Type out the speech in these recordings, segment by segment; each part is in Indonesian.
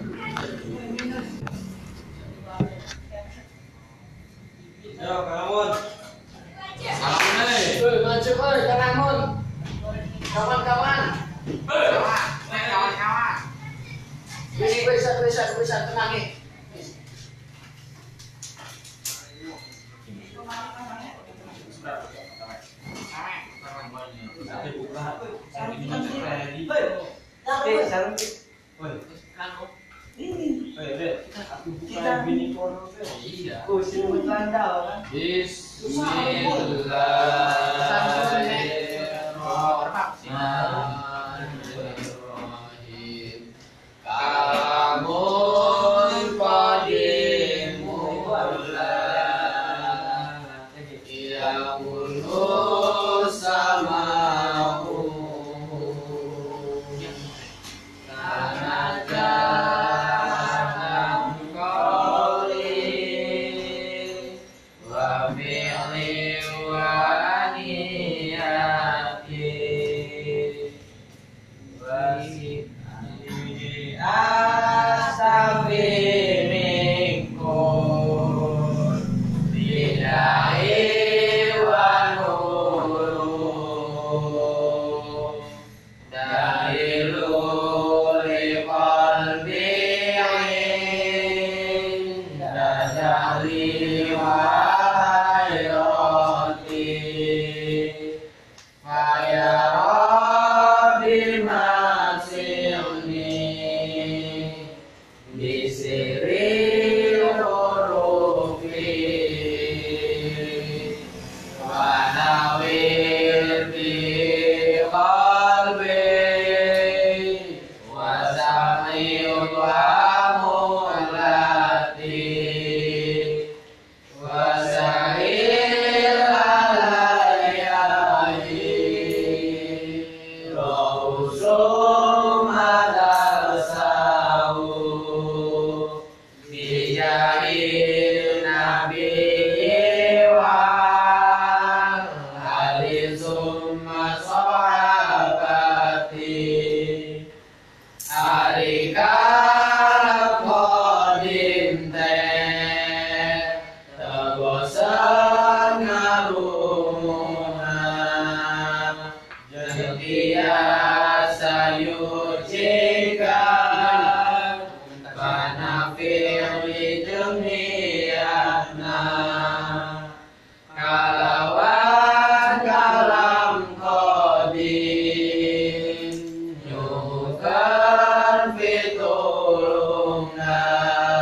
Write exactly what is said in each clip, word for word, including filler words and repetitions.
Yo, kawan. Salam nih. Woi, maju woi, kawan. Kawan-kawan. Kawan-kawan. Ini bisa bisa bisa tenang nih. Bismillahirrahmanirrahim. Kalamun qadimu ya mulus samahu tanada qali wa fi'li wa niyati wa sifati asabirinkum bilahi wa nuru dalilu liqalbi inda jahli wa hayrati faya rabbi masirni bisiri hurufi wa nawir bi qalbi wa sami wa mulati wa sahil alayahi rausum adasahu bijahil nabi wa ali summa sahabati arikal qadim teh tegosan ngarumuna Jatiya sayucikan kana fi'li dunyana kalawan kalam qadim nyukan fitulungna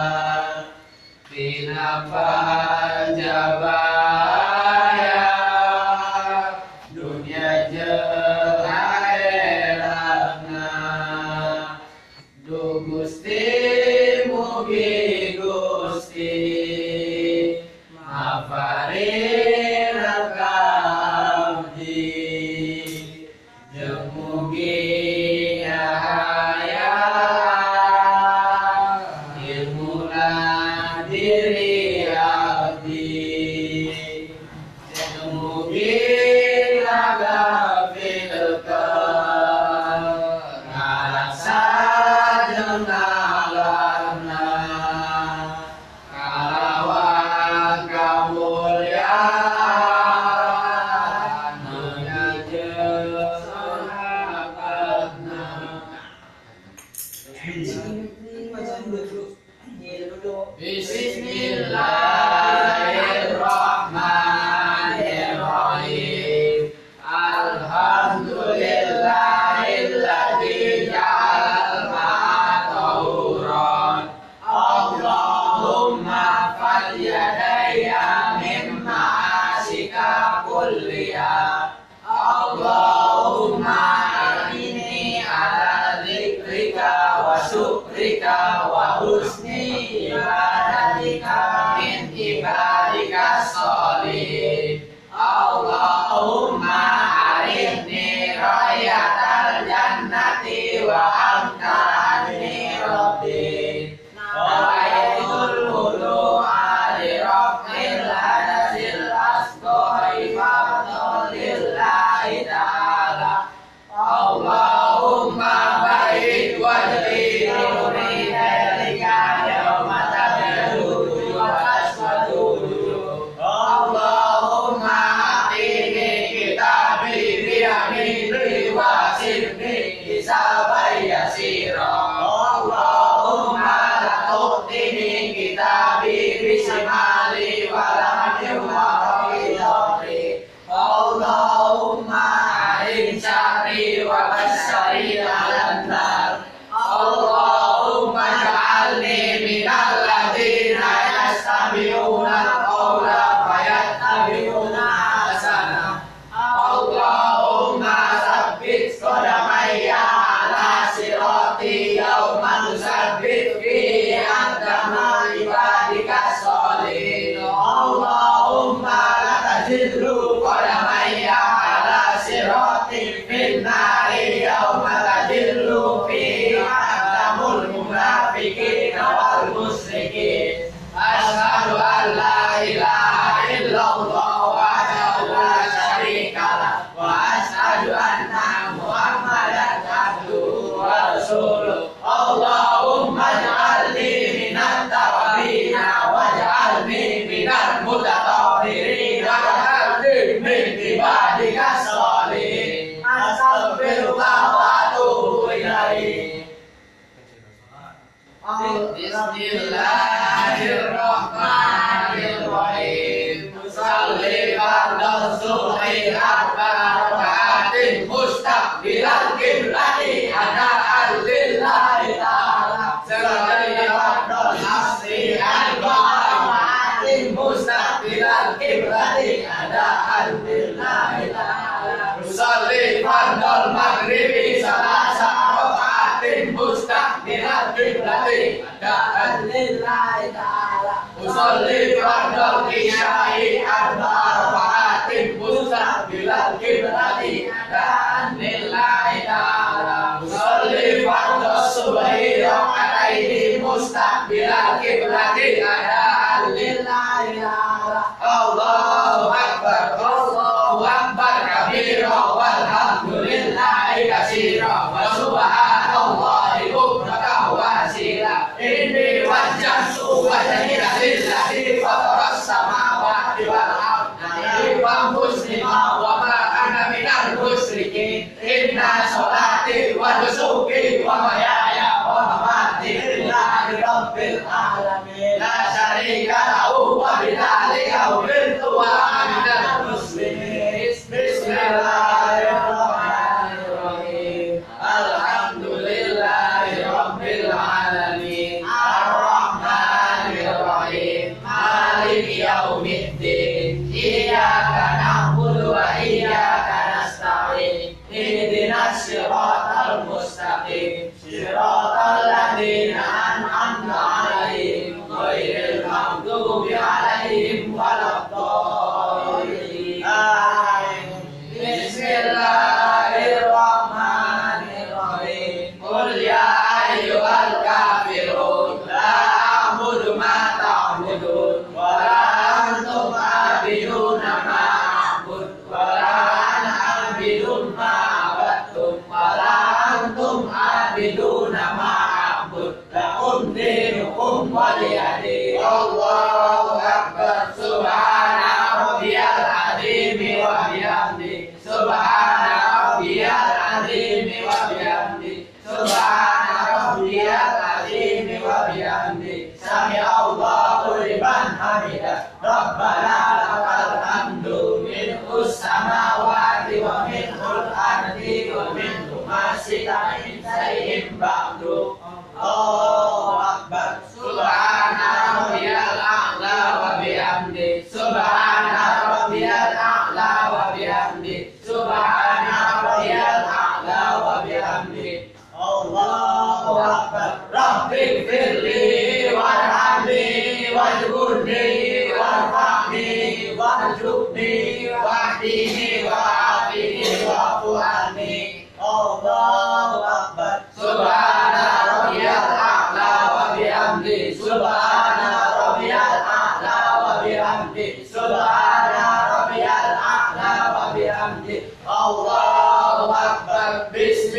pinapa jabaya dunia jeung akhiratna du Gusti mugi Gusti mafarina ka abdi jeung mugi nyahaya ilmuna diri abdi jeung mugi nagafilkeun ngarasa jeung ngalarna kalawan kamulyaan dunya jeung sahabatna. Bismillahirrahmanirrahim. Alhamdulillahilladzi ja'al ma'aturan. Allahumma fal yadayya min ma'asika kulliya. Allahumma inni ala dzikrika wa syukrika wa husni ibadatika min ibadika sholih. Allahumma arifni rayatal jannati wa anta anni rabbi. Nawaitul wudu'a li rabbil hadasil asghari fadlillahi ta'ala. Allahumma barik wajhi nuri munafiqin wal musyrikin. Asyhadu an la ilaha illallah wahdahu la syarika lah wa asyhadu anna Muhammadan abduhu wa rasuluh. Allahumma ij'alni minat tawabina waj'alni minal mutatahhirin waj'alni min ibadika sholihin. Astaghfirullah wa atubu ilaih. Bismillahirrahmanirrahim. Sholli fardhu subhi arba rakaatin mustaqbilal qiblati adaan lillahi ta'ala. Sholli fardhu asri arba rakaatin mustaqbilal qiblati adaan lillahi ta'ala. Sholli fardhu maghribi salasa rakaatin mustaqbilal qiblati adaan lillahi ta'ala. Usolli fardhu isya'i arba rakaatin mustaqbilal qiblati adaan lillahi ta'ala. Usolli fardhu subhi raka'ataini mustaqbilal qiblati adaan lillahi ta'ala. Allahu akbar, Allahu akbar kabira walhamdulillahi katsira wa subhanallahi bukratan wa asila. Inni wajjahtu wajhiya lillazi fataras samawati wal ardi musliman wa ma ana minal musyrikin. Inna sholati wa nusuki wa mahyaya wa mamati lillahi rabbil alamin. La syarika lahu wa bidzalika umirtu wa ana minal muslimin. Bismillahirrahmanirrahim. Alhamdulillahi rabbil alamin. Ar-Rahmanirrahim. Maliki yaumiddin. Iyyaka na'budu wa iyyaka nasta'in. Ihdinas siratal mustaqim. Siratal ladzina an'amta 'alaihim ghairil maghdubi 'alaihim waladdallin. Amin. Bismillahirrahmanirrahim. Qul ya ayyuhal kafirun la a'budu ma ta'budun wa la antum 'abiduna ma a'bud wa la ana 'abidun ma 'abadtum wa la antum 'abiduna ma a'bud. Lakum dinukum waliyadin. Allahu akbar. Subhana rabbiyal azim wa bihamdi. Subhana rabbiyal azim wa bihamdi. Subhana rabbiyal azim wa bihamdi. Sami'allahu liman hamidah. Rabbana lakal hamdu. Mil'us samawati wa mil'ul ardi wa mil'u ma syi'ta min syai'in ba'du. Allahu akbar. Subhana rabbiyal a'la wa bihamdi. Subhana rabbiyal a'la wa bihamdi. Subhana rabbiyal a'la wa bihamdi. Allahu akbar. Rabbi firli warhamni wajburni warfa'ni warjubni wahdini wa'afini wa'fu anni. Allahu akbar. Subhana rabbiyal a'la wa bihamdi. Subhana rabbiyal a'la wa bihamdi. Subhana rabbiyal a'la wa bihamdi. Allahu akbar.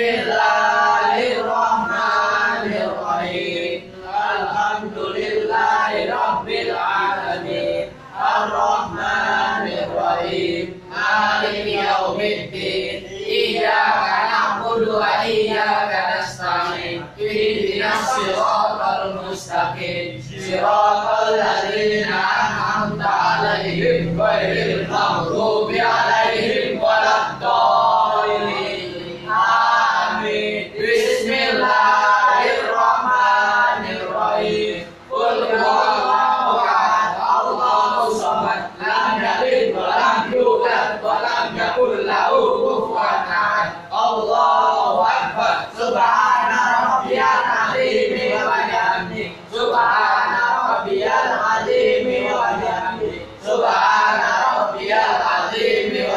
Bismillahirrahmanirrahim. Alhamdulillahi rabbil alamin. Ar-Rahmanirrahim. Maliki yaumiddin. Iyyaka na'budu wa iyyaka nasta'in. Ihdinas siratal mustaqim. Siratal ladzina an'amta 'alaihim ghairil maghdubi 'alaihim waladdallin. Amin. Bismillahirrahmanirrahim. Qul huwallahu ahad. Allahu samad. Lam yalid wa lam yulad wa lam yakul lahu kufuwan ahad. Allahu akbar. Subhana rabbiyal azim wa bihamdi. Subhana rabbiyal azim wa bihamdi. Subhana rabbiyal azim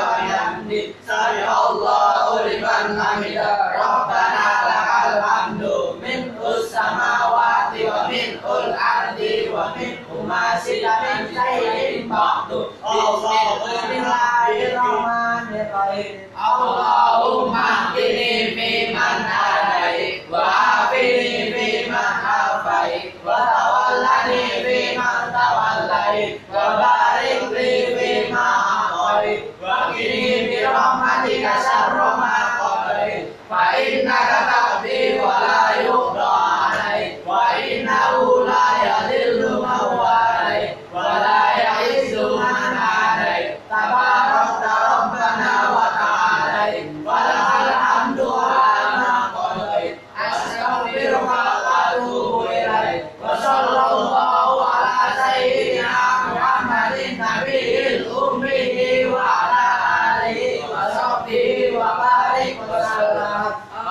mil'ul ardi wa minhu ma syi'ta min syai'in ba'du. Bismillahirrahmanirrahim. Allahumma hdini fiman hadait wa afini fiman afait wa tawallani fiman tawallait wa barik li fima a'tait wa qini bi rahmatika syarra ma qadait fa innaka taqdi wa la yuqda alaik wa innahu la yadhillu man walait wa la ya'izzu man adait tabarakta rabbana wa ta'alait wa lakal hamdu ala ma qadait astaghfiruka wa atubu ilaik wa sallallahu ala sayyidina Muhammadin nabiyil ummi wa ala alihi wa sahbihi wa barik wa sallam.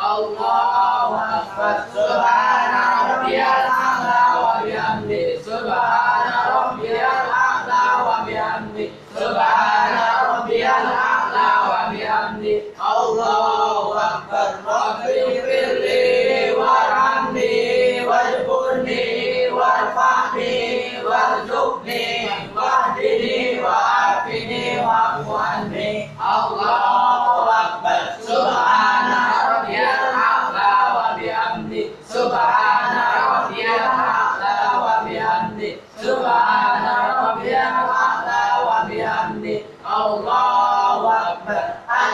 Allahu akbar. Subhana rabbiyal a'la wa bihamdi. Subhana rabbiyal a'la wa bihamdi. Subhana rabbiyal a'la wa bihamdi. Allahu akbar. Rabbi firli warhamni wajburni warfa'ni warzuqni wahdini wa'afini wa'fu anni. Allahu akbar. Subhana rabbiyal a'la wa bihamdi. Subhana rabbiyal a'la wa bihamdi. Subhana rabbiyal a'la wa bihamdi. Allahu akbar.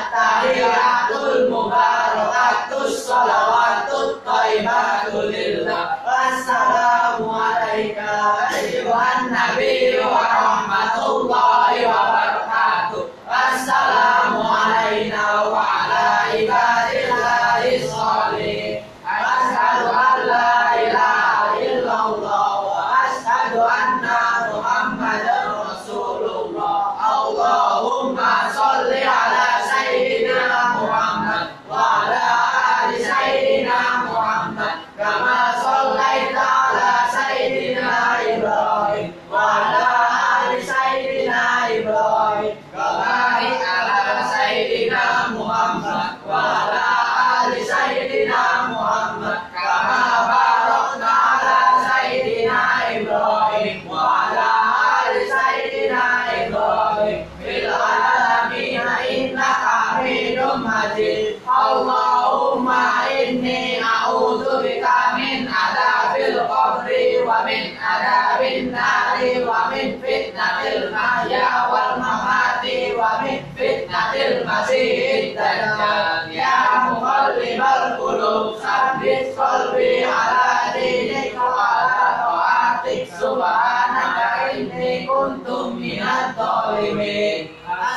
At-tahiyatul mubarakatus salawatut thayyibatu lillah. Wassalamu alayka ayyuhan nabiy wa rahmatullahi wa barakatuh. Wassalamu alayna wa ala ibadillahi sholihin. Asyhadu an la ilaha illallah wa asyhadu anna Muhammadar Rasulullah. Allahumma sholli ala sayyidina Muhammad wa ala ali sayyidina Muhammad kama shallaita ala sayyidina Ibrahim wa ala ali sayyidina Ibrahim kama barik ala sayyidina Muhammad wa ala ali sayyidina Muhammad kama barakna ala sayyidina Ibrahim wa ala ali sayyidina Ibrahim fil alamin innaka Hamidum Majid. Allahumma inni a'udzu bika min adzabil qabri wa min adzabin nari wa min fitnatil mahya wal mamati wa min fitnatil masiihid dajjal. Ya muqallibal qulub tsabbit qalbi ala dinik wa ala ta'atik. Subhanaka inni kuntu minadh dhalimin.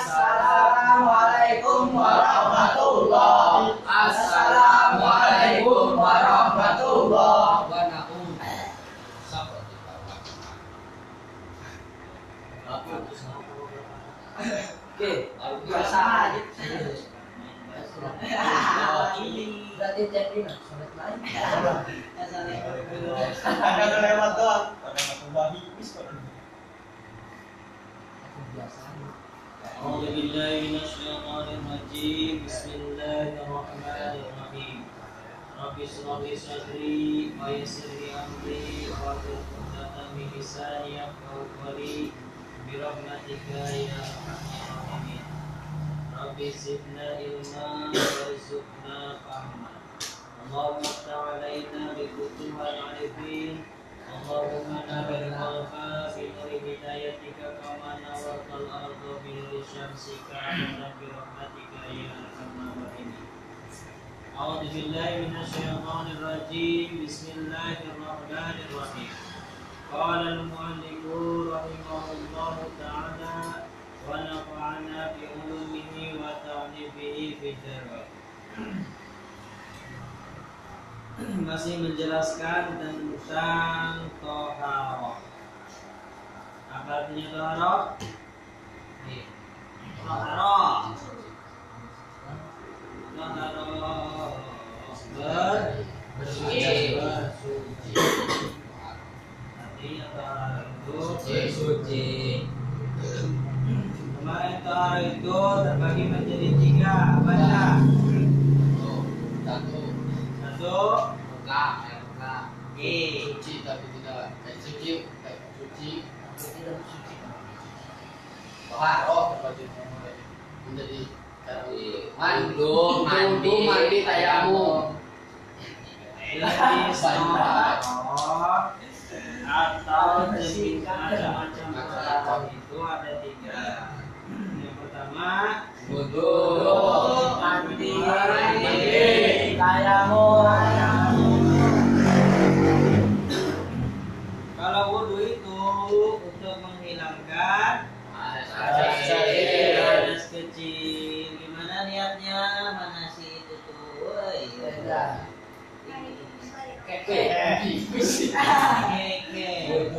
Assalamualaikum warahmatullahi. Assalamualaikum warahmatullahi Oke, biasa aja. Berarti jadi sobat lain. Ada lewat doang. Ada matubahi biasa. أعوذ بالله من الشيطان الرجيم بسم الله الرحمن الرحيم رب اشرح لي صدري ويسر لي أمري واحلل عقدة من لساني يفقهوا قولي برحمتك يا أرحم الراحمين رب زدنا علما وارزقنا فهما اللهم افتح علينا بالكتب والعارفين اللهم نور القلب بنور هدايتك كما نورت الأرض بنور شمسك عبدا برحمتك يا أرحم الراحمين أعوذ بالله من الشيطان الرجيم بسم الله الرحمن الرحيم قال المؤلف رحمه الله تعالى ونفعنا بعلومه وتعليمه في الدار. Masih menjelaskan tentang toharoh. Apa artinya toharoh? Toharoh Toharoh Bersuci Artinya toharoh itu suci. Kemarin toharoh itu terbagi menjadi tiga. Apa ya? Satu Satu Muka, muka. E Suci tapi tidak kayak suci, kayak suci, tidak suci. Toharo terwajib menjadi mandi, mandi, mandi tayamum. Atau jenis macam-macam peralatan itu ada tiga. Yang pertama Wudu, mandi, mandi, tayamum. Kalau wudu itu untuk menghilangkan hadas kecil. Gimana niatnya? Mana sih itu tuh? Woi. keke, Keke.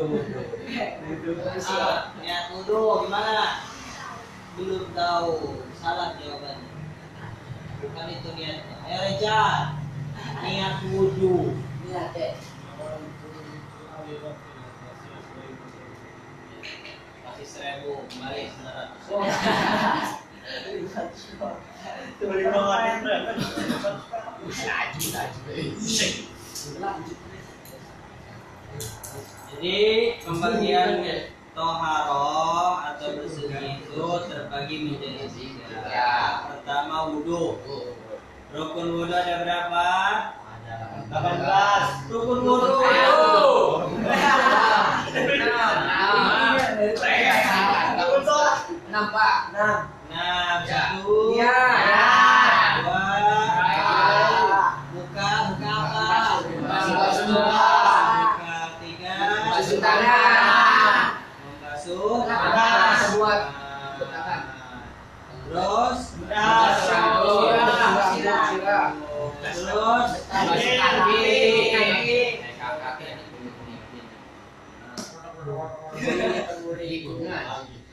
Ah, niat wudu gimana? Belum tahu. Salah jawabannya. Bukan itu niatnya. Ayo Reja. Niat wudu. Niat deh. Kasih seribu kembali sembilan ratus. Jadi pembagian toharo atau bersuci itu terbagi menjadi tiga. Pertama wudu. Rukun wudu ada berapa? Ada delapan belas. Rukun wudu. Nampak? Nah, Nah, satu. Ya. Dua. Buka, buka apa? Basuh Buka. Tiga. Basuh tangan. Membasuh Tangan. Semua. Tangan. Terus Beras. Sirah. Terus Basuh kaki. Ikutnya.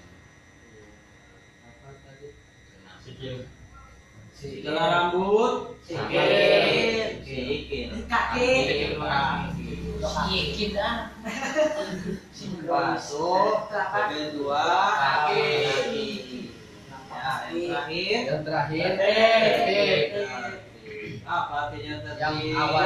setelah rambut, Sikit. sikit, Kaki. Sikit ah. basuh, kedua Kaki. Ya, yang terakhir Yang terakhir, Tertib. apa artinya tertib? Yang awal.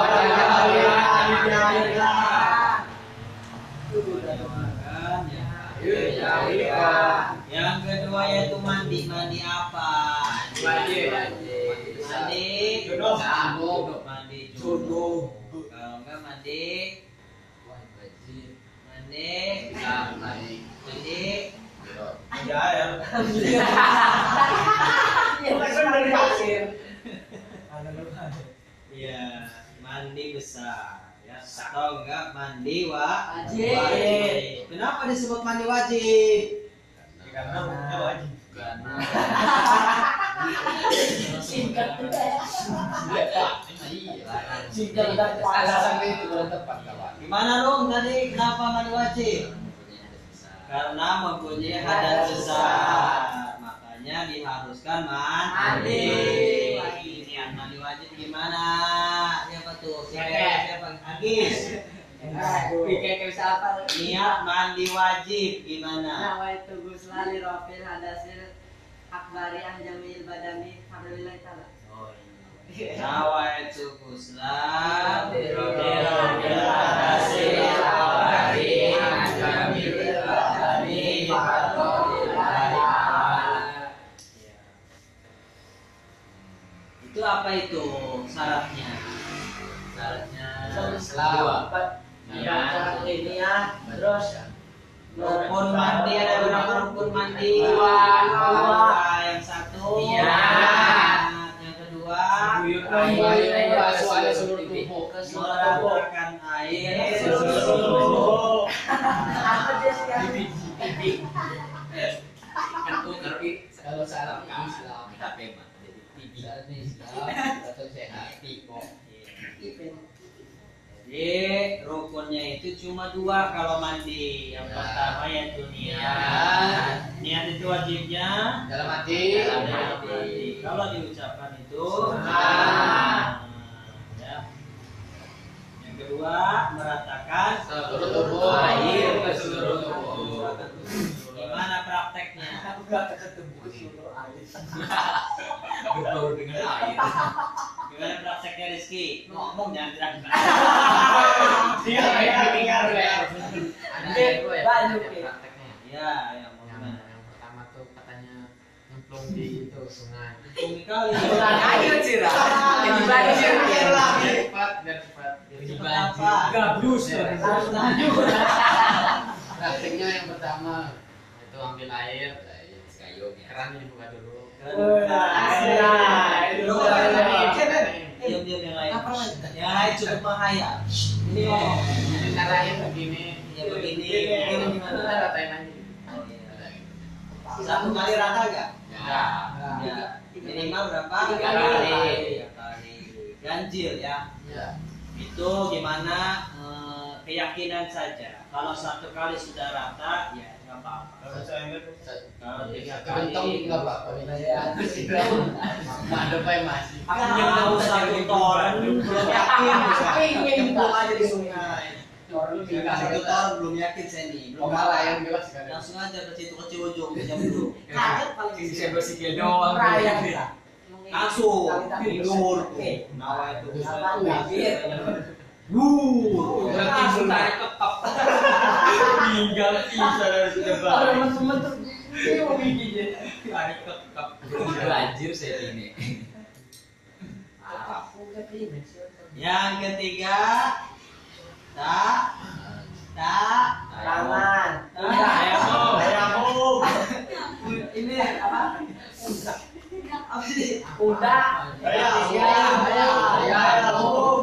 Yang kedua yaitu mandi. Mandi apa? Mandi. Mandi Junub. Mandi junub. Kalau enggak mandi mandi mandi ya mandi besar ya atau enggak mandi wa Wajib. wajib. Kenapa disebut mandi wajib? Karena wajib. Karena Singkat juga ya. Singkat alasan itu belum tepat kawan. Gimana dong tadi kenapa mandi wajib? Karena mempunyai hadas besar, makanya diharuskan mandi. Niat mandi wajib gimana? Siapa tuh? Siapa? Siapa? Agis. Niat mandi wajib gimana? Nawaitu guslali rafil hadasil akbari anjamil badani alhamdulillah taala. Oh iya. Nawaitu guslan birrafil hadasil akbari anjamil badani itu apa itu syaratnya? Syaratnya Islam. Iya. Ini ya. Terus Rukun mandi ada berapa rukun mandi? Dua. Dua. Yang satu. Iya. Yang kedua. Air basuh ada seluruh tubuh. Meratakan air. Seluruh tubuh. apa dia sih? Kan tuh ngerti kalau syarat Islam tapi mah jadi tinggi. Syarat Islam atau sehat kok. Jadi rukunnya itu cuma dua kalau mandi. Yang Ya. pertama yaitu niat. Ya. Niat itu wajibnya Dalam hati. dalam hati. Kalau diucapkan itu Nah. ya. Yang kedua meratakan Seluruh tubuh. Air ke seluruh tubuh. Gimana prakteknya? Berbaur dengan air. Gimana prakteknya Rizky? Ngomong jangan gerak. Dia Banyak ya. prakteknya. Ya, yang mau Yang, gimana? yang pertama tuh katanya nyemplung di itu sungai. Ini kali. Ayo Cira. Jadi banjir Biar lah. cepat, biar cepat. Jadi apa? Gabus. Prakteknya yang pertama itu ambil air, keran dibuka dulu. Diam diam yang lain. Yang lain cukup menghayal. Ini ngomong. Caranya begini. Ya begini. Begini gimana? Ratain aja. Oh, iya. Satu kali rata nggak? Ya. Ya. Minimal berapa? Tiga kali. Tiga kali. Ganjil ya. Ya. Itu gimana eh, keyakinan saja. Kalau satu kali sudah rata, ya nggak apa-apa. Kalau tiga kali, Kantong nggak apa-apa. Ada apa yang masih? aku tahu satu ton belum yakin bisa. Ingin Nyemplung buka aja di di sungai. sungai. Satu ton belum yakin saya nih. Belum Pemalah yang bebas kan. langsung aja ke situ ke Ciwojong jam dulu. Kaget paling Sisi saya bersikil doang. Raya kita. Langsung tidur tuh. Nawa itu. Wuh, langsung tarik kepap. Tinggal bisa dari sudah Orang mentu-mentu. Ini mau bikin tarik kepap. Belajar saya ini. Yang ketiga, tak, tak, Tangan. Tayamum. Tayamum. Ini apa? Apa sih? Kuda. Tayamum. Tayamum.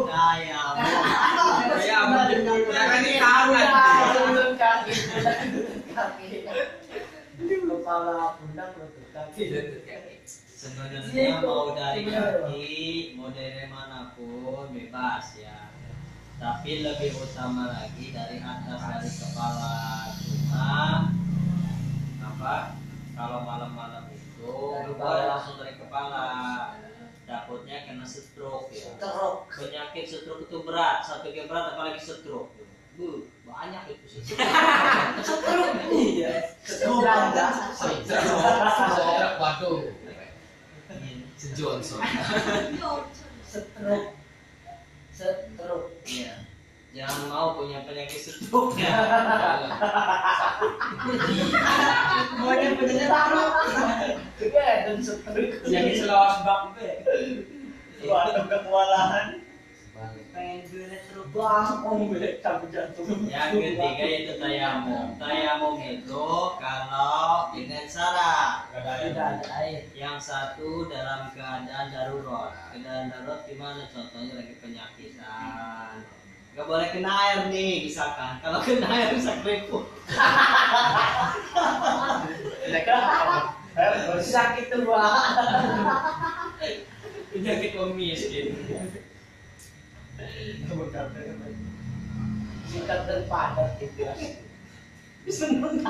Tayamum. Jangan di tangan. Lutut kaki. Kaki. Kepala pundak lutut kaki. Sebenarnya mau dari kaki, mau dari manapun bebas ya. Tapi lebih utama lagi dari atas dari kepala. Cuma apa? Kalau malam-malam itu Dari boleh bawah. langsung dari kepala. Takutnya kena stroke ya. Teruk. Penyakit stroke itu berat, satu yang berat apalagi stroke. Bu, banyak itu sih. Teruk. Iya. Teruk. Setruk waduh. Sejohnson. Setruk. Setruk. Iya. Jangan mau punya penyakit stroke ya. Maunya punya teruk. Iya, dan setruk. Yang selawas bak Lu ada kewalahan. Pengen duitnya terus. Bang, om gue cabut jantung. Yang ketiga itu tayamum. Tayamum itu kalau dengan syarat. Tidak ada air. Yang satu dalam keadaan darurat. Keadaan darurat gimana? Contohnya lagi penyakitan. Gak boleh kena air nih, misalkan. Kalau kena air bisa keriput. Sakit tuh bang. Penyakit orang miskin. Singkat dan padat gitu. Seneng.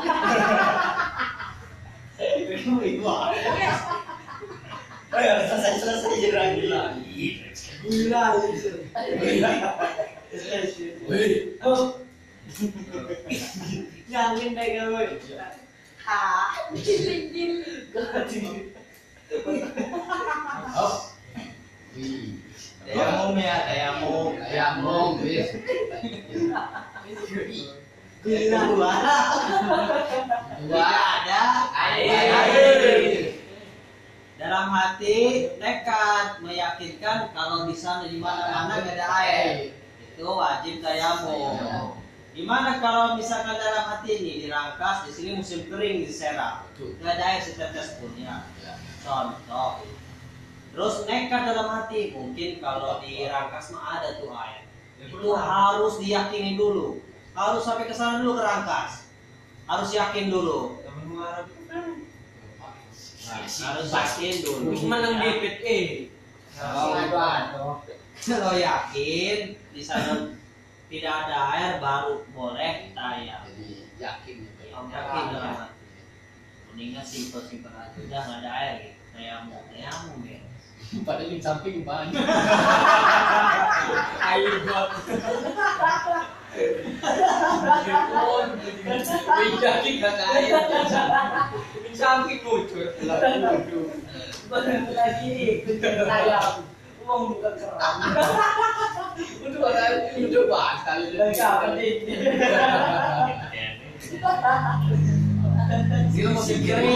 Itu gua. Oh ya, selesai selesai jerang gila. Gila gitu. Wih. Oh. Nyangin deh gue. Ah, dinding. Oh. Wih. Tayamum ya, tayamum. Tayamum, wis. Gila dua. Dua. Ada Air. dalam hati tekad meyakinkan kalau di sana di mana-mana gak ada air. Itu wajib tayamum. Gimana kalau misalkan dalam hati ini dirangkas, di sini musim kering diserap, nggak ada air setetes pun ya. Contoh. Terus nekat dalam hati, mungkin kalau dirangkas mah ada tuh air. Itu harus diyakini dulu. Harus sampai ke sana dulu ke rangkas. Harus yakin dulu. Harus yakin dulu. Menang Ya. D P E. Kalau kalau yakin di sana tidak ada air baru boleh tayamum. Jadi yakin gitu. Yakin dalam hati. Mendingan simpel-simpel aja. Udah nggak ada air gitu. Tayamum, tayamum ya. Padahal di samping banyak. Air buat. Yakin gak air. Di samping bocor. Bener lagi ayam. Uang buka keran. Udah ada udah bahas kali. Enggak penting. Sila mo si Gary.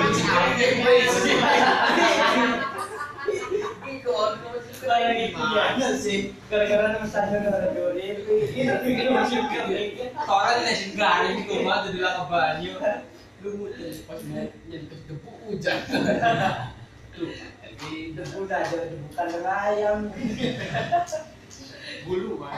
Ikon, Kayak gimana sih? Gara-gara nama sadar gara Dori. Ini pikir masuk ke orang ini sih Gary di rumah tuh di laku banyu. Lumut pas jadi kedepu hujan. Tuh, lagi debu aja bukan dengan ayam. bulu mah.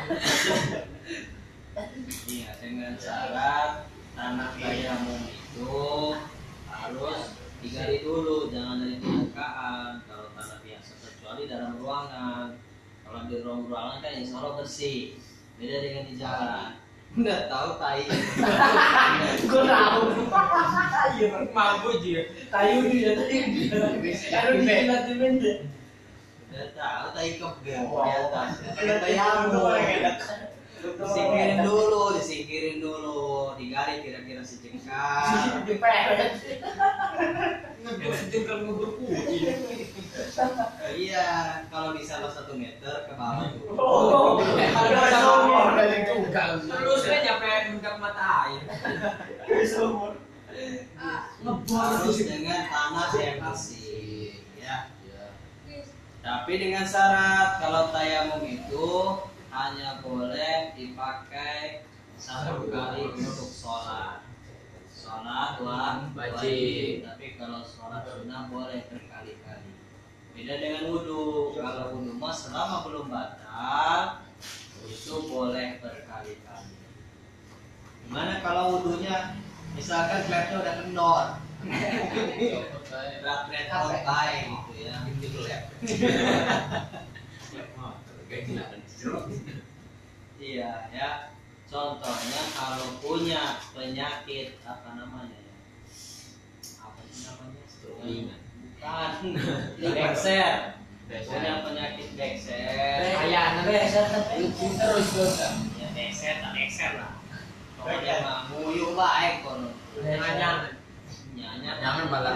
Iya, dengan syarat tanah tayamum itu harus digali dulu, jangan dari permukaan. Kalau tanah biasa, kecuali dalam ruangan. Kalau di ruang ruangan kan insya Allah bersih. Beda dengan di jalan. Nggak tahu tai. Gue tahu. Ayo, Mampu dia. kayu dia tadi. Kayu di nanti benda. Nggak tahu tai kok di Wow. atas. Kayak Tayamum. enak. Disingkirin dulu, disingkirin dulu, digali kira-kira sejengkal. Diperet. Ngebut sejengkal ngubur kucing. Iya, kalau di salah satu meter ke bawah tuh. Oh, ada sumur. Terusnya nyampe mendap mata air. Sumur. Harus dengan tanah yang bersih, ya. Tapi dengan syarat kalau tayamum itu hanya boleh dipakai satu kali untuk sholat. Sholat dua wajib, tapi kalau sholat sunnah boleh berkali-kali. Beda dengan wudhu. Kalau wudhu mah selama belum batal itu boleh berkali-kali. Gimana kalau wudhunya misalkan klepnya udah kendor, berat-berat kontai gitu ya. Iya ya. Contohnya kalau punya penyakit apa namanya ya? Apa sih namanya? Bukan. Bekser. Punya penyakit bekser. Ayah, besar Terus dosa. Ya bekser, tak bekser lah. Pokoknya mah nguyuh baik kono. Nyanyi. Nyanyi. Nyaman malah.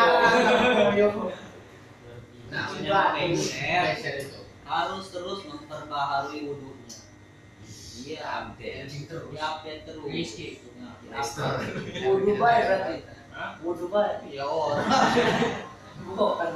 Nah, punya bekser Beser itu. harus terus memperbaharui wudhunya. Iya, Update. Terus. diupdate terus. Rizky. Nah, Restore. diupdate. Wudhu baik berarti. Hah? Wudhu baik. Ya orang. Bukan.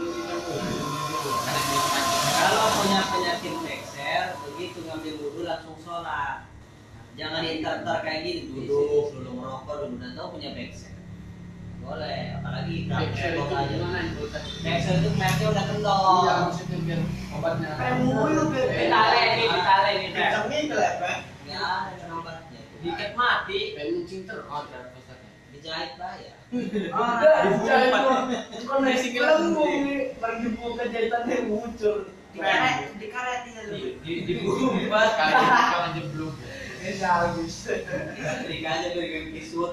Kalau punya penyakit bekser, begitu ngambil wudhu langsung sholat. Jangan diintar-intar kayak gini, duduk, dulu merokok, dulu dan tahu punya bekser. Boleh, apalagi Bekser itu aja. gimana? Bekser itu klepnya udah kendor. Iya, maksudnya biar obatnya. Kayak mulu, Beb. Ditale nih, ditale nih. Beb. Kencengin kelep, Beb. Ya, ada obatnya. Diket mati. Pencing terus rasanya. Dijahit bayar. Udah, dijahit mah. Bukan nasi kelembung nih. Pergi buka jahitannya muncul. Dikaret, dikaretin ya lu. Di di bumbat kayak jangan jeblok. Ini habis. Trik aja tuh dengan kisut.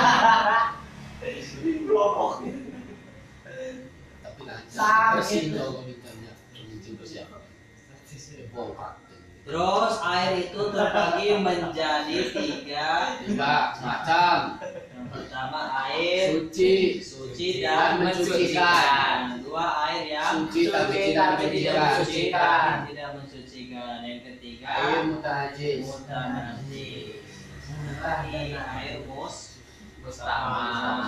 Blok. Tapi lanjut. Sakit. Bersih dong komitmennya. Pencing terus ya. Bongkar. Terus air itu terbagi menjadi tiga. Tiga macam. Yang pertama air Suci, suci dan dan mensucikan. Dua air yang Suci tapi tidak mensucikan. mensucikan, tidak mensucikan. Yang ketiga Air mutajis. mutanajis. Terakhir air mus Mustama.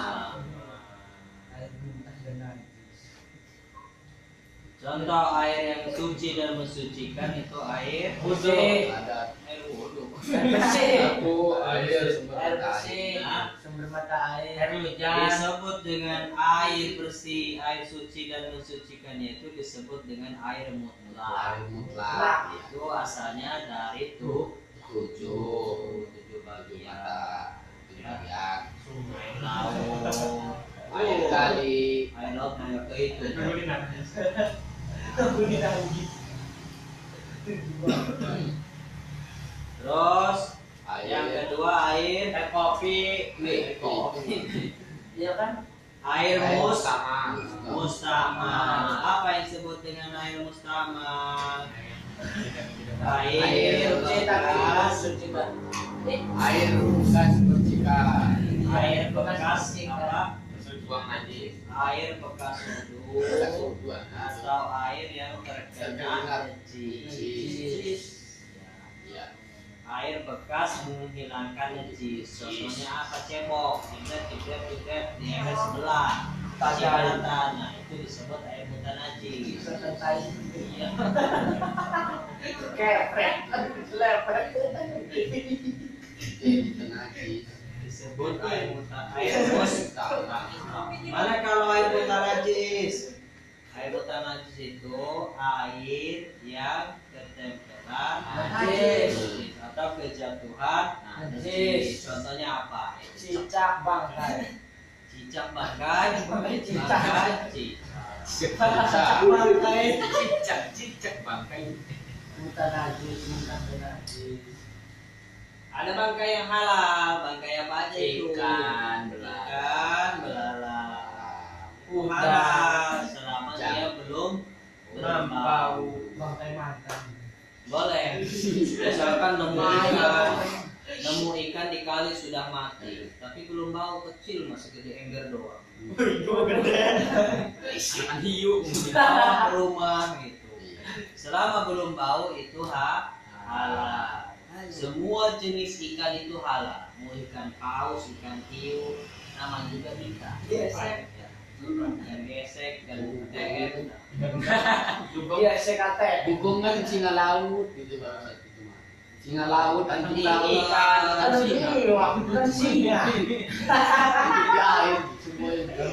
Air muntah dan najis. Contoh air yang suci dan mensucikan itu air Wudhu. Ada air wudhu. Air bersih. aku air sumber Air mata bersih. Nah, Sumber mata air. Air hujan. disebut dengan air bersih, air suci dan mensucikannya itu disebut dengan air mutlak. Air mutlak. Itu asalnya dari tuh Tujuh. tujuh Tujuh bagian. mata. Tujuh bagian. Air laut, Air kali. air laut air ke itu. Bunyi najis. Terus yang Air. kedua air Air kopi. Nih, kopi. Iya kan? air mus sama. mustamal. Apa yang disebut dengan air mustamal? Air Air Suci tapi bekas, suci Mbak. Eh, Air bekas percikan. air bekas apa? Buang najis. Air bekas Bekas wudhu wudhu. atau air yang terkena Terkena najis. Ya. air bekas menghilangkan najis. Contohnya apa? Cebok, jebret jebret jebret di ember sebelah. Tajatan, nah itu disebut air muta najis. Iya. Kepret, lepret. Jadi najis. Disebut air muta air muta. Mana kalau air muta najis? Air muta najis itu air yang ketempelan najis atau kejatuhan najis. Contohnya apa? Cicak bangkai. Cicak bangkai, Cicak. cicak Bangkai. Cicak, cicak bangkai. Muta najis, muta najis. Ada bangkai yang halal, bangkai apa aja itu? Ikan, belalang. Ikan, belalang. Udang. Halal selama dia belum Lampau. Bangkai mantan. Boleh. Misalkan nemu ikan, nemu ikan di kali sudah mati, tapi belum bau, kecil masih gede ember doang. Isian hiu. Bawa ke rumah gitu. Selama belum bau itu ha halal. Semua jenis ikan itu halal. Mau ikan paus, ikan hiu, nama juga bisa. Gesek. Ikan gesek dan teher. Iya, S K T. Hubungan singa laut gitu Pak. Itu mah. Singa laut, anjing laut, Ikan, Aduh, singa. iya, bukan singa. Di air semua.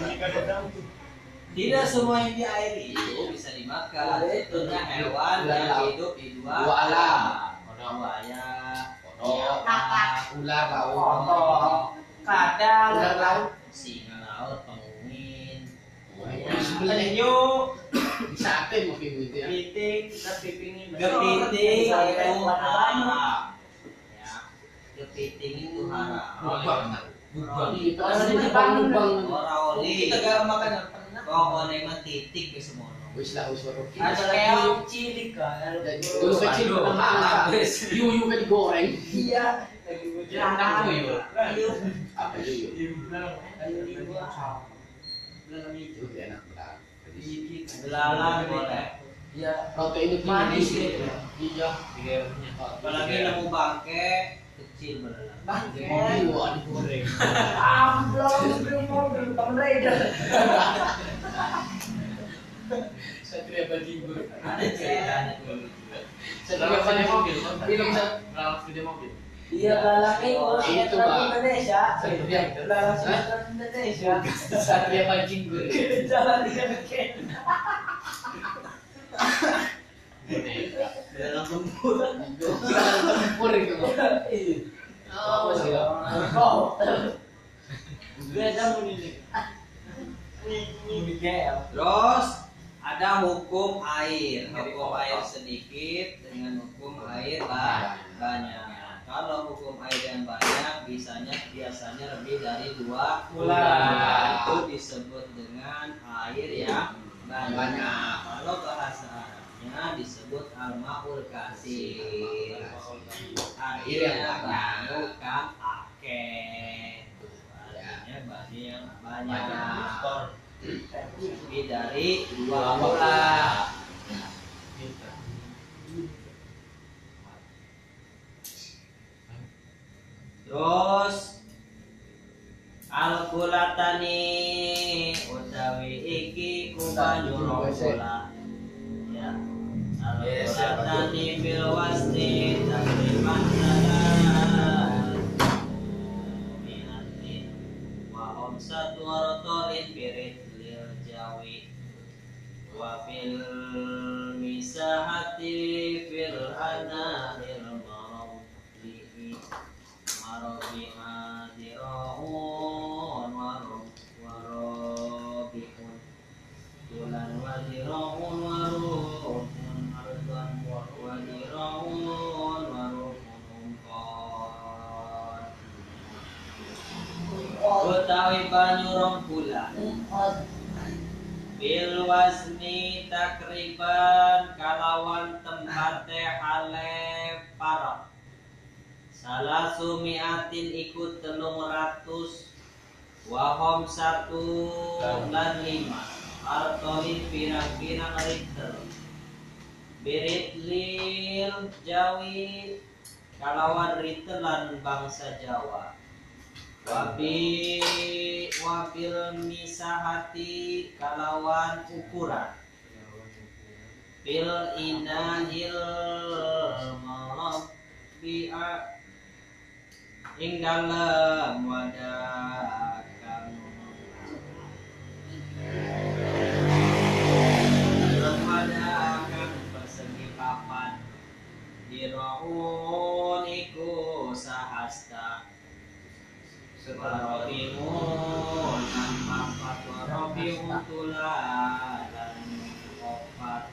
Tidak semua yang di air itu bisa dimakan. Contohnya hewan yang hidup di dua Dua alam. Buaya, Kodok, ular laut, Kodok, kadal, ular laut. singa laut, pengungin, penyu, Sate mau kayak gitu ya. piting, kepiting, kepiting itu haram. haram. Ya, kepiting itu haram. Bukan. Itu asli lubang-lubang. Oraoli, Kita gak makan yang pernah. kok oleh mah titik ke semua. Wis lah wis baru. Ada keong cilik kan. Dulu kecil pernah makan. Yuyu kan digoreng. Iya. Jangan yuyu. Apa yuyu? Itu enak banget. Belalang boleh. Iya. Protein itu Manis tinggi. gitu. Iya. Apalagi nemu bangke kecil belalang. Bangke. Wah, digoreng. Amblong, belum Tomb Raider. Satria Bajingur. Ada ceritanya tuh. Satria Bajingur. Film Belalang video mobil. Iya, belalang itu Itu, sinetron Pak. Indonesia. Satria. Belalang sinetron Indonesia. Satria Bajingur. Jalan dia bikin. Belalang kembur. Tempur itu. Oh, sih. Kau. Beda munisi. Miguel. Terus ada hukum air, hukum air sedikit dengan hukum air ba- banyak. Kalau hukum air yang banyak, bisanya biasanya lebih dari dua Bulan. itu disebut dengan air yang banyak. Banyak. Kalau bahasa Arabnya disebut al-ma'ul kasir. Air yang banyak bukan akeh. Artinya bagi yang banyak. Lebih dari dua bulan. Terus al-kulatani utawi iki kubanyu rokola. Ya. Al-kulatani bil wasni takriban salat. Minatin wa homsatu warotolin birit lil jawi. Wa fil misahati fil anahil marabli marabi adirahun warob warobihun tulan wadirahun warobun ardan wadirahun warobun umkon utawi banyu rong bulan bil wasni takriban kalawan tempate hale parok salah sumiatin ikut telung ratus wahom satu dan lima artolin pirang-pirang liter birit lil jawi kalawan ritelan bangsa Jawa. Wabi wabil misahati kalawan ukuran. Bil inahil malabbi'a ing dalam wadah kang dalam wadah kang persegi papan diraun iku sahasta Warabimun dan mapat warabimun tulalan opat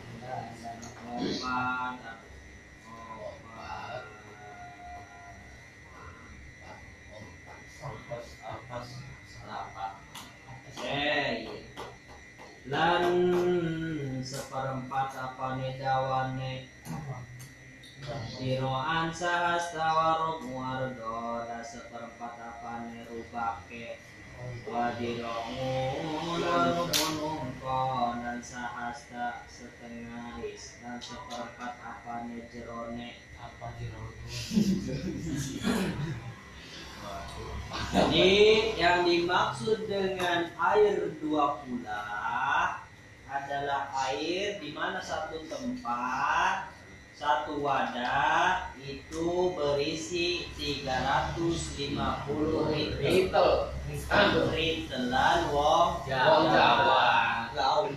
opat opat opat selapat eh lan seperempat apane dawane Diroan sahasta warung wardo dan seperempat apane rubake Wadiromun warubun ungkon dan sahasta setengah is dan seperempat apane jerone apa jerone. Jadi yang dimaksud dengan air dua pula adalah air di mana satu tempat satu wadah itu berisi tiga ratus lima puluh liter. Ritelan wong Jawa.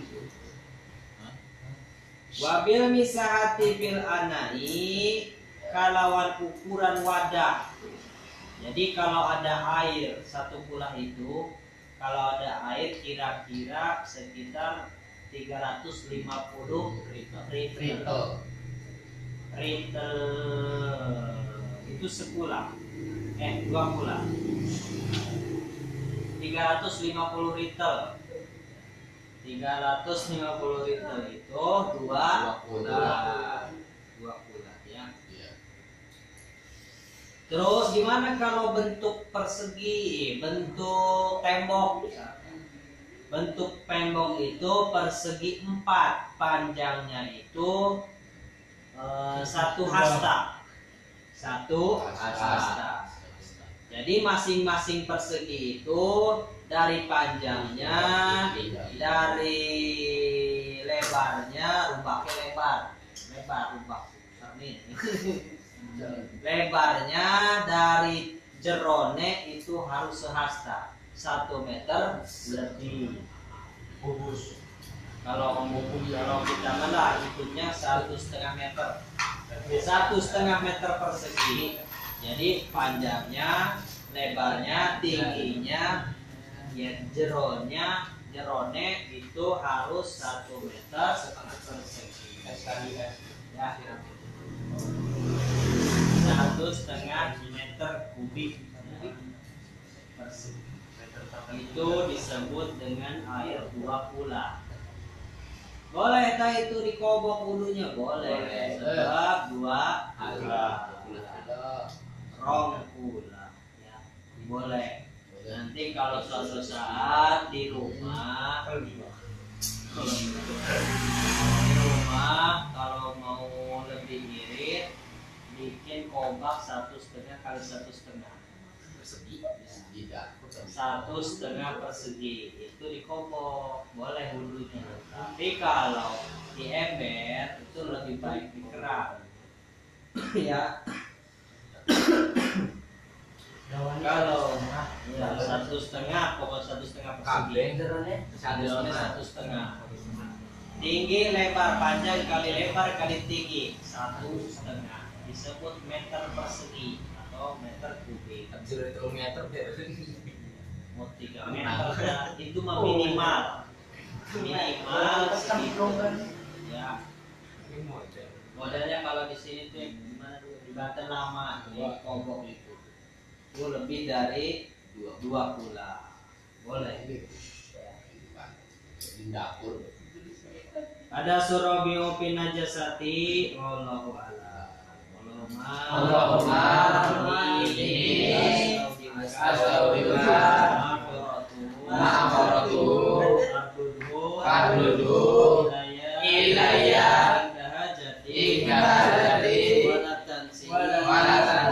Wabil misahati bil anai kalawan ukuran wadah. Jadi kalau ada air satu pula itu, kalau ada air kira-kira sekitar tiga ratus lima puluh liter. Ritel itu sepulang, eh dua pulang, tiga ratus lima puluh ritel, tiga ratus lima puluh ritel itu dua pulang, dua pulang ya. Terus gimana kalau bentuk persegi, bentuk tembok? Bentuk tembok itu persegi empat, panjangnya itu Uh, satu hasta, satu hasta. Jadi masing-masing persegi itu dari panjangnya, dari lebarnya, rumpaknya lebar, lebar rumpak. Lebarnya dari jerone itu harus sehasta, satu meter lebih. Bubus. Kalau kalau kita mana hitungnya satu setengah meter, satu setengah meter persegi. Jadi panjangnya, lebarnya, tingginya, ya jeronya, jerone itu harus satu meter persegi. Ya, satu setengah meter kubik persegi. Itu disebut dengan air dua pula. Boleh tak itu dikobok ulunya boleh, sebab dua pula, rong pula, ya boleh. Nanti kalau suatu saat di rumah, di rumah kalau mau lebih irit, bikin kobak satu setengah kali satu setengah persegi, satu setengah persegi itu dikobok boleh hulunya. Tapi kalau di ember itu lebih baik dikerak ya. Kalau ya, satu setengah pokok satu setengah persegi, satu setengah tinggi lebar panjang kali lebar kali tinggi satu setengah disebut meter persegi atau meter kubik. Itu meter mau tiga meter itu mah minimal minimal segitu ya. Modelnya kalau di sini tuh gimana di Banten lama di kobok itu itu lebih dari dua pula boleh di dapur. Ada surabio pinajasati wallahu a'lam. Allahumma ini astagfirullah ma'afaratu Fadludu Ilayya Indah hajati Wala tansi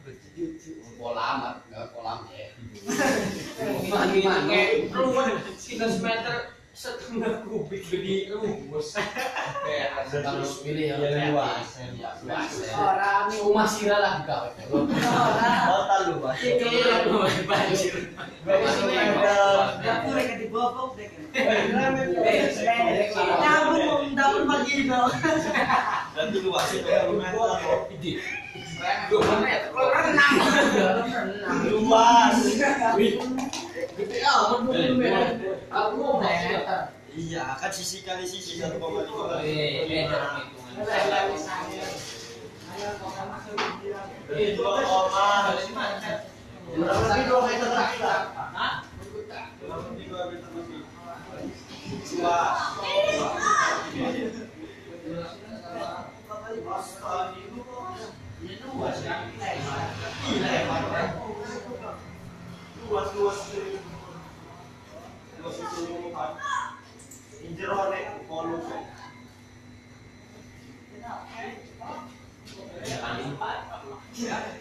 Kolam, enggak kolam ya. Mani mani. Rumah sinus meter setengah kubik jadi rumus. Kayak harus pilih yang Yang luas. Ya, luas. Orang nih Rumah sira lah gawe. Total luas. banjir. Dapur yang dibobok deh kan. Dapur dapur pagi dong. Dan itu luas itu rumah Ide. Renang. luas. Gede amat dulu men. Aku mau meter. Iya, kan sisi kali sisi satu koma lima. Eh, eh dalam hitungan. Itu koma. Kurang lebih dua meter lagi lah. Hah? Kurang lebih dua meter lebih. Luas. Luas kan? Luas luas luas keseluruhan. Injerone kolom. Ya kali empat.